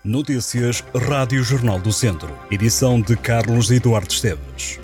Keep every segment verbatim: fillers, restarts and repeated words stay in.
Notícias Rádio Jornal do Centro. Edição de Carlos Eduardo Esteves.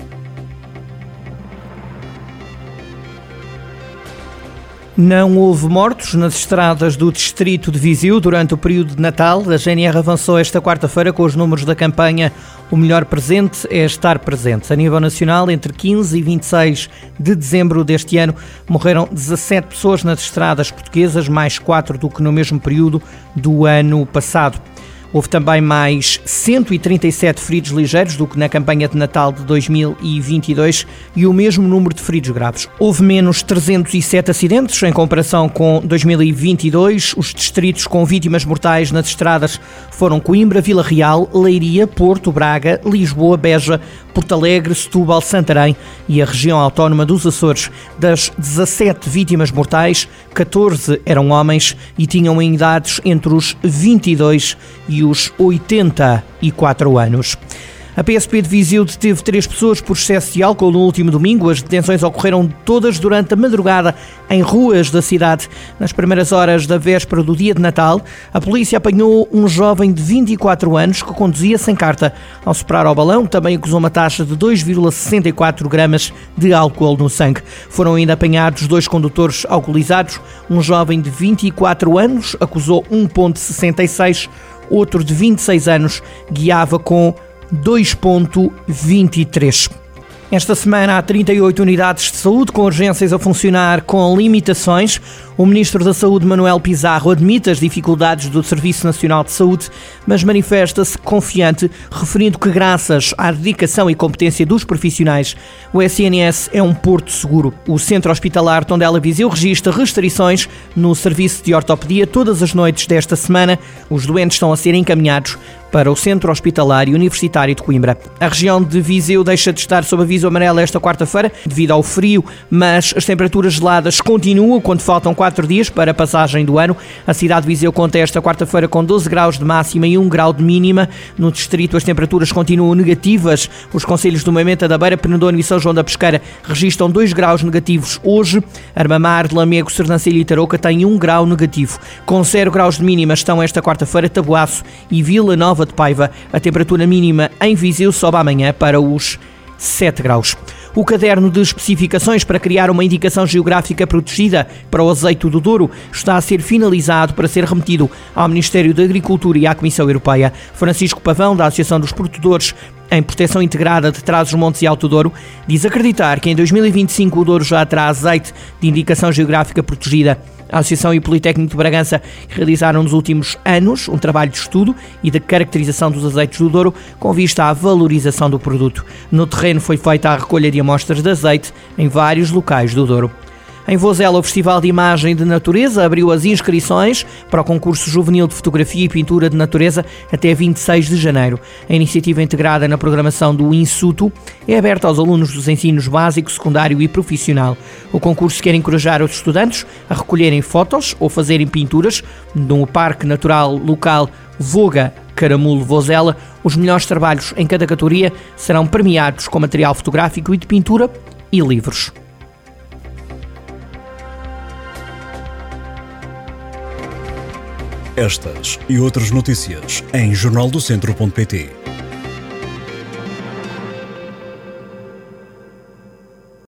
Não houve mortos nas estradas do distrito de Viseu durante o período de Natal. A G N R avançou esta quarta-feira com os números da campanha O Melhor Presente é Estar Presente. A nível nacional, entre quinze e vinte e seis de dezembro deste ano, morreram dezassete pessoas nas estradas portuguesas, mais quatro do que no mesmo período do ano passado. Houve também mais cento e trinta e sete feridos ligeiros do que na campanha de Natal de dois mil e vinte e dois e o mesmo número de feridos graves. Houve menos trezentos e sete acidentes em comparação com dois mil e vinte e dois. Os distritos com vítimas mortais nas estradas foram Coimbra, Vila Real, Leiria, Porto, Braga, Lisboa, Beja, Porto Alegre, Setúbal, Santarém e a região autónoma dos Açores. Das dezassete vítimas mortais, catorze eram homens e tinham em idades entre os vinte e dois e os oitenta e quatro anos. A P S P de Viseu deteve três pessoas por excesso de álcool no último domingo. As detenções ocorreram todas durante a madrugada em ruas da cidade. Nas primeiras horas da véspera do dia de Natal, a polícia apanhou um jovem de vinte e quatro anos que conduzia sem carta. Ao soprar ao balão, também acusou uma taxa de dois vírgula sessenta e quatro gramas de álcool no sangue. Foram ainda apanhados dois condutores alcoolizados. Um jovem de vinte e quatro anos acusou um vírgula sessenta e seis, outro de vinte e seis anos guiava com dois vírgula vinte e três. Esta semana há trinta e oito unidades de saúde com urgências a funcionar com limitações. O Ministro da Saúde, Manuel Pizarro, admite as dificuldades do Serviço Nacional de Saúde, mas manifesta-se confiante, referindo que graças à dedicação e competência dos profissionais, o S N S é um porto seguro. O Centro Hospitalar Tondela Viseu registra restrições no serviço de ortopedia todas as noites desta semana. Os doentes estão a ser encaminhados para o Centro Hospitalar e Universitário de Coimbra. A região de Viseu deixa de estar sob aviso amarelo esta quarta-feira devido ao frio, mas as temperaturas geladas continuam quando faltam quatro dias para a passagem do ano. A cidade de Viseu conta esta quarta-feira com doze graus de máxima e um grau de mínima. No distrito as temperaturas continuam negativas. Os concelhos do Moimenta da Beira, Penedono e São João da Pesqueira registram dois graus negativos hoje. Armamar, Lamego, Sernancelho e Tarouca têm um grau negativo. Com zero graus de mínima estão esta quarta-feira Taboaço e Vila Nova de Paiva. A temperatura mínima em Viseu sobe amanhã para os sete graus. O caderno de especificações para criar uma indicação geográfica protegida para o azeite do Douro está a ser finalizado para ser remetido ao Ministério da Agricultura e à Comissão Europeia. Francisco Pavão, da Associação dos Produtores em Proteção Integrada de Trás-os-Montes e Alto Douro, diz acreditar que em dois mil e vinte e cinco o Douro já terá azeite de indicação geográfica protegida. A Associação e o Politécnico de Bragança realizaram nos últimos anos um trabalho de estudo e de caracterização dos azeites do Douro com vista à valorização do produto. No terreno foi feita a recolha de amostras de azeite em vários locais do Douro. Em Vozela, o Festival de Imagem de Natureza abriu as inscrições para o concurso juvenil de fotografia e pintura de natureza até vinte e seis de janeiro. A iniciativa integrada na programação do INSUTO é aberta aos alunos dos ensinos básico, secundário e profissional. O concurso quer encorajar os estudantes a recolherem fotos ou fazerem pinturas no Parque Natural Local Voga Caramulo Vozela. Os melhores trabalhos em cada categoria serão premiados com material fotográfico e de pintura e livros. Estas e outras notícias em jornal do centro ponto pt.